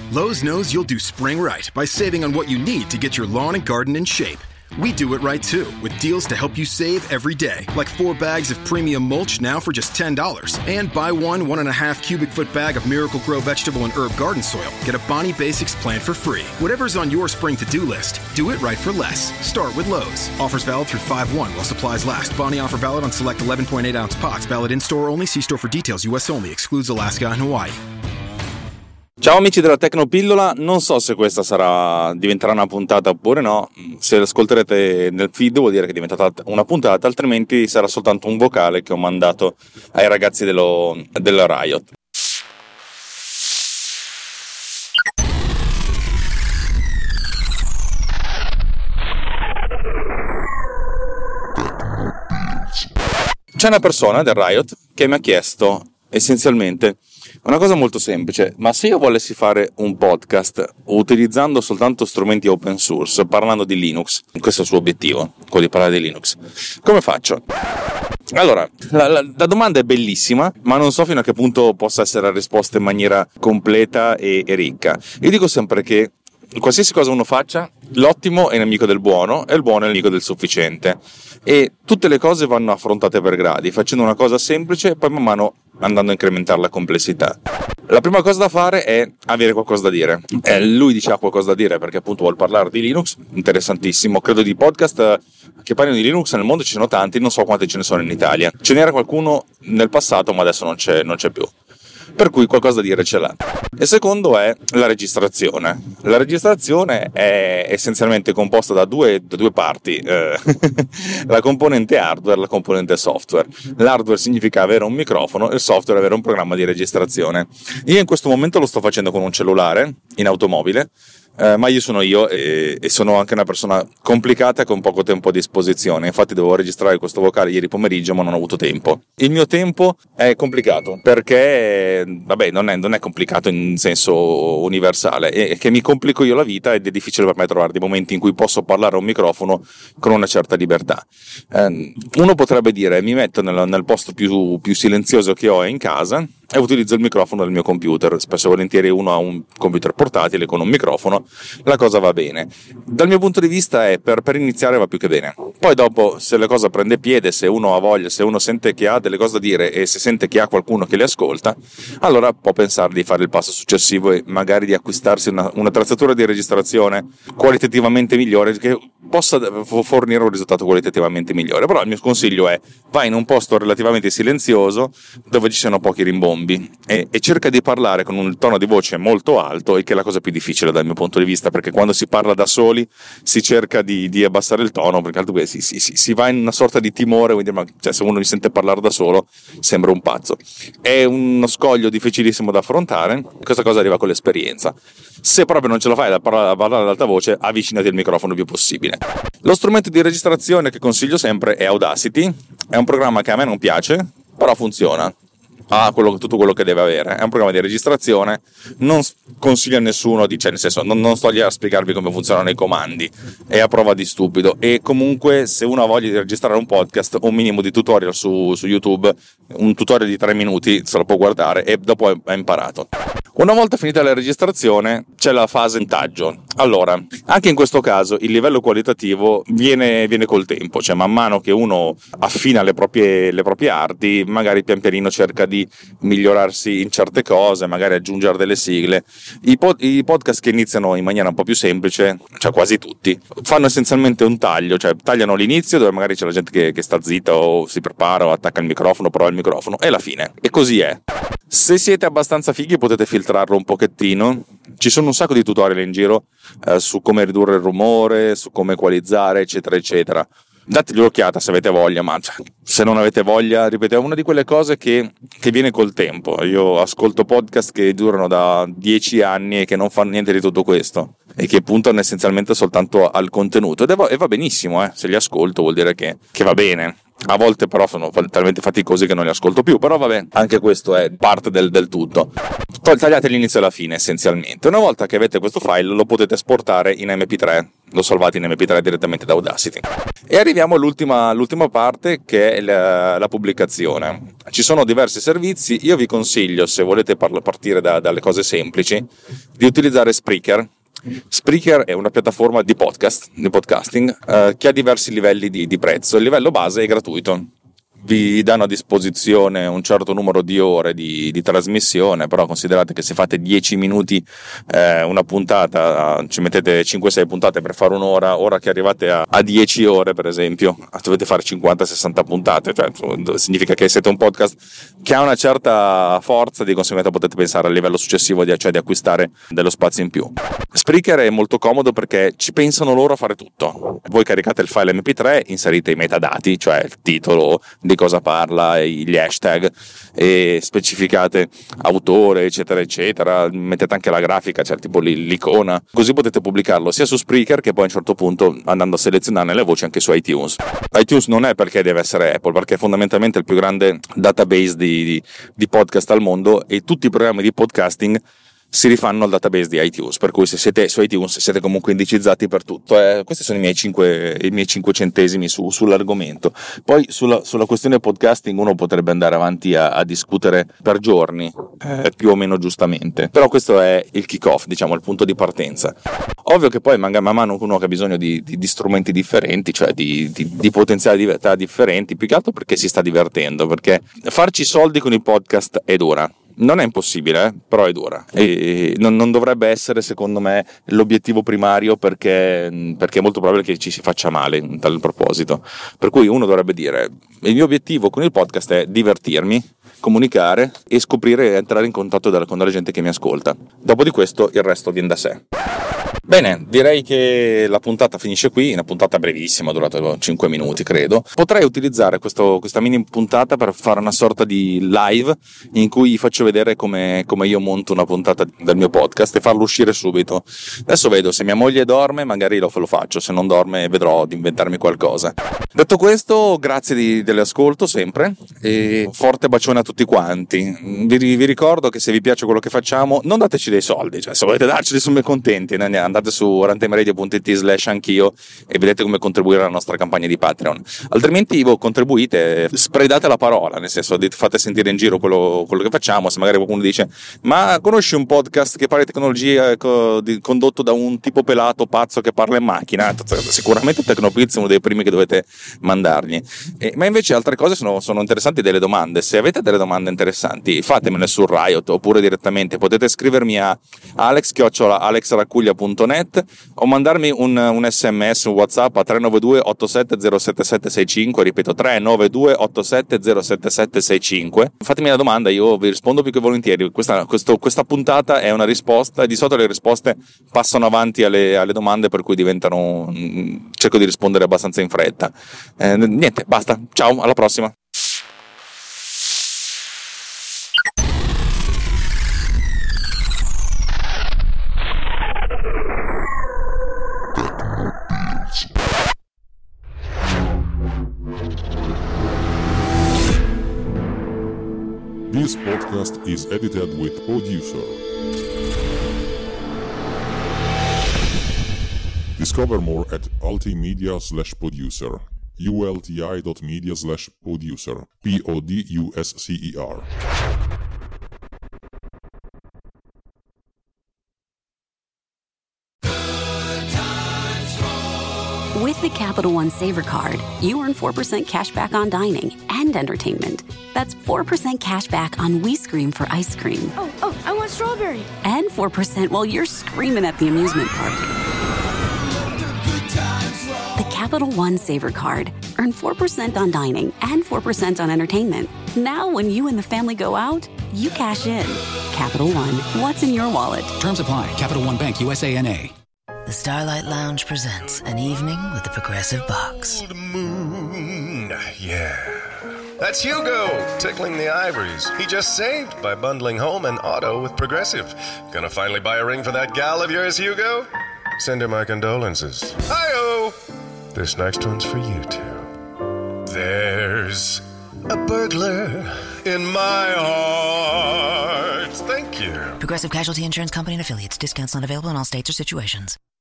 Lowe's knows you'll do spring right by saving on what you need to get your lawn and garden in shape. We do it right too, with deals to help you save every day. Like 4 bags of premium mulch now for just $10. And buy 1.5 cubic foot bag of Miracle-Gro vegetable and herb garden soil. Get a Bonnie Basics plant for free. Whatever's on your spring to-do list, do it right for less. Start with Lowe's. Offers valid through 5/1 while supplies last. Bonnie offer valid on select 11.8-ounce pots. Valid in-store only. See store for details. U.S. only. Excludes Alaska and Hawaii. Ciao amici della Tecnopillola, non so se questa diventerà una puntata oppure no. Se l'ascolterete nel feed vuol dire che è diventata una puntata, altrimenti sarà soltanto un vocale che ho mandato ai ragazzi della Riot. C'è una persona del Riot che mi ha chiesto essenzialmente una cosa molto semplice: ma se io volessi fare un podcast utilizzando soltanto strumenti open source, parlando di Linux, questo è il suo obiettivo, quello di parlare di Linux, come faccio? Allora, la domanda è bellissima, ma non so fino a che punto possa essere risposta in maniera completa e ricca. Io dico sempre che qualsiasi cosa uno faccia, l'ottimo è nemico del buono e il buono è nemico del sufficiente, e tutte le cose vanno affrontate per gradi, facendo una cosa semplice e poi man mano andando a incrementare la complessità. La prima cosa da fare è avere qualcosa da dire. Lui dice ha qualcosa da dire perché appunto vuol parlare di Linux, interessantissimo. Credo di podcast che parlino di Linux nel mondo ci sono tanti, non so quanti ce ne sono in Italia. Ce n'era qualcuno nel passato, ma adesso non c'è più. Per cui qualcosa da dire ce l'ha. Il secondo è la registrazione. La registrazione è essenzialmente composta da due parti, la componente hardware e la componente software. L'hardware significa avere un microfono, il software avere un programma di registrazione. Io in questo momento lo sto facendo con un cellulare in automobile, ma io sono e sono anche una persona complicata con poco tempo a disposizione. Infatti dovevo registrare questo vocale ieri pomeriggio, ma non ho avuto tempo. Il mio tempo è complicato perché non è complicato in senso universale, è che mi complico io la vita ed è difficile per me trovare dei momenti in cui posso parlare a un microfono con una certa libertà. Uno potrebbe dire: mi metto nel posto più silenzioso che ho in casa e utilizzo il microfono del mio computer. Spesso e volentieri uno ha un computer portatile con un microfono, la cosa va bene. Dal mio punto di vista per iniziare va più che bene. Poi dopo, se la cosa prende piede, se uno ha voglia, se uno sente che ha delle cose da dire e se sente che ha qualcuno che le ascolta, allora può pensare di fare il passo successivo e magari di acquistarsi un'attrezzatura di registrazione qualitativamente migliore, che possa fornire un risultato qualitativamente migliore. Però il mio consiglio è: vai in un posto relativamente silenzioso dove ci siano pochi rimbombi e cerca di parlare con un tono di voce molto alto, il che è la cosa più difficile dal mio punto di vista, perché quando si parla da soli si cerca di abbassare il tono, perché altrimenti si va in una sorta di timore, quindi se uno mi sente parlare da solo sembra un pazzo. È uno scoglio difficilissimo da affrontare, questa cosa arriva con l'esperienza. Se proprio non ce la fai da parlare ad alta voce, avvicinati al microfono il più possibile. Lo strumento di registrazione che consiglio sempre è Audacity. È un programma che a me non piace, però funziona. Ha tutto quello che deve avere. È un programma di registrazione. Non consiglio a nessuno nel senso, non sto lì a spiegarvi come funzionano i comandi, è a prova di stupido. E comunque, se uno ha voglia di registrare un podcast, un minimo di tutorial su YouTube, un tutorial di 3 minuti se lo può guardare e dopo è imparato. Una volta finita la registrazione c'è la fase montaggio. Allora, anche in questo caso il livello qualitativo viene col tempo, cioè man mano che uno affina le proprie arti, magari pian pianino cerca di migliorarsi in certe cose, magari aggiungere delle sigle. I podcast che iniziano in maniera un po' più semplice, cioè quasi tutti, fanno essenzialmente un taglio, cioè tagliano l'inizio dove magari c'è la gente che sta zitta o si prepara o attacca il microfono, prova il microfono, e la fine. E così è. Se siete abbastanza fighi potete filtrarlo un pochettino. Ci sono un sacco di tutorial in giro su come ridurre il rumore, su come equalizzare, eccetera eccetera. Dategli un'occhiata se avete voglia, ma se non avete voglia, ripeto, è una di quelle cose che viene col tempo. Io ascolto podcast che durano da 10 anni e che non fanno niente di tutto questo e che puntano essenzialmente soltanto al contenuto, e va benissimo, se li ascolto vuol dire che va bene. A volte però sono talmente faticosi che non li ascolto più, però vabbè, anche questo è parte del tutto. Tagliate l'inizio e la fine essenzialmente. Una volta che avete questo file lo potete esportare in MP3, l'ho salvato in MP3 direttamente da Audacity. E arriviamo all'ultima parte, che è la pubblicazione. Ci sono diversi servizi. Io vi consiglio, se volete partire dalle cose semplici, di utilizzare Spreaker. Spreaker è una piattaforma di podcasting che ha diversi livelli di prezzo. Il livello base è gratuito. Vi danno a disposizione un certo numero di ore di trasmissione, però considerate che se fate 10 minuti una puntata, ci mettete 5-6 puntate per fare un'ora, ora che arrivate a 10 ore per esempio, dovete fare 50-60 puntate, cioè significa che siete un podcast che ha una certa forza, di conseguenza potete pensare al livello successivo, cioè di acquistare dello spazio in più. Spreaker è molto comodo perché ci pensano loro a fare tutto. Voi caricate il file MP3, inserite i metadati, cioè il titolo, di cosa parla, gli hashtag, e specificate autore, eccetera eccetera, mettete anche la grafica, cioè tipo l'icona, così potete pubblicarlo sia su Spreaker che poi a un certo punto, andando a selezionare le voci, anche su iTunes. iTunes non è perché deve essere Apple, perché è fondamentalmente il più grande database di podcast al mondo, e tutti i programmi di podcasting si rifanno al database di iTunes, per cui se siete su iTunes siete comunque indicizzati per tutto. Questi sono i miei 5 centesimi sull'argomento. Poi sulla questione podcasting uno potrebbe andare avanti a discutere per giorni, più o meno giustamente, però questo è il kick-off, diciamo, il punto di partenza. Ovvio che poi man mano uno che ha bisogno di strumenti differenti, cioè di potenziali differenti, più che altro perché si sta divertendo, perché farci soldi con i podcast è dura. Non è impossibile, però è dura, e non dovrebbe essere, secondo me, l'obiettivo primario, perché è molto probabile che ci si faccia male in tal proposito. Per cui uno dovrebbe dire: il mio obiettivo con il podcast è divertirmi, comunicare e scoprire e entrare in contatto con la gente che mi ascolta. Dopo di questo il resto viene da sé. Bene, direi che la puntata finisce qui, una puntata brevissima, durata 5 minuti credo. Potrei utilizzare questa mini puntata per fare una sorta di live in cui faccio vedere come io monto una puntata del mio podcast e farlo uscire subito. Adesso vedo, se mia moglie dorme magari lo faccio, se non dorme vedrò di inventarmi qualcosa. Detto questo, grazie dell'ascolto sempre, e un forte bacione a tutti quanti. Vi ricordo che se vi piace quello che facciamo non dateci dei soldi, cioè se volete darceli sono contenti, andate su rantemeradio.it/anch'io e vedete come contribuire alla nostra campagna di Patreon. Altrimenti voi contribuite, spreadate la parola, nel senso fate sentire in giro quello che facciamo. Se magari qualcuno dice: ma conosci un podcast che parla di tecnologia condotto da un tipo pelato pazzo che parla in macchina? Sicuramente Tecnopiz è uno dei primi che dovete mandargli. Ma invece altre cose sono interessanti, delle domande. Se avete delle domande interessanti fatemele su Riot, oppure direttamente potete scrivermi a alex@alexracuglia.net o mandarmi un sms, un WhatsApp a 392 870765, ripeto 392 870765. Fatemi la domanda, io vi rispondo più che volentieri. Questa puntata è una risposta, e di solito le risposte passano avanti alle domande, per cui cerco di rispondere abbastanza in fretta. Niente, basta, ciao, alla prossima. This podcast is edited with Producer. Discover more at ultimedia/producer. ulti.media/producer. PODUSCER. With the Capital One Savor Card, you earn 4% cash back on dining and entertainment. That's 4% cash back on We Scream for ice cream. Oh, I want strawberry. And 4% while you're screaming at the amusement park. The Capital One Savor Card. Earn 4% on dining and 4% on entertainment. Now when you and the family go out, you cash in. Capital One, what's in your wallet? Terms apply. Capital One Bank, USA, N.A. The Starlight Lounge presents An Evening with the Progressive Box. Old moon, yeah. That's Hugo, tickling the ivories. He just saved by bundling home and auto with Progressive. Gonna finally buy a ring for that gal of yours, Hugo? Send her my condolences. Hi-oh! This next one's for you, too. There's a burglar in my heart. Thank you. Progressive Casualty Insurance Company and Affiliates. Discounts not available in all states or situations.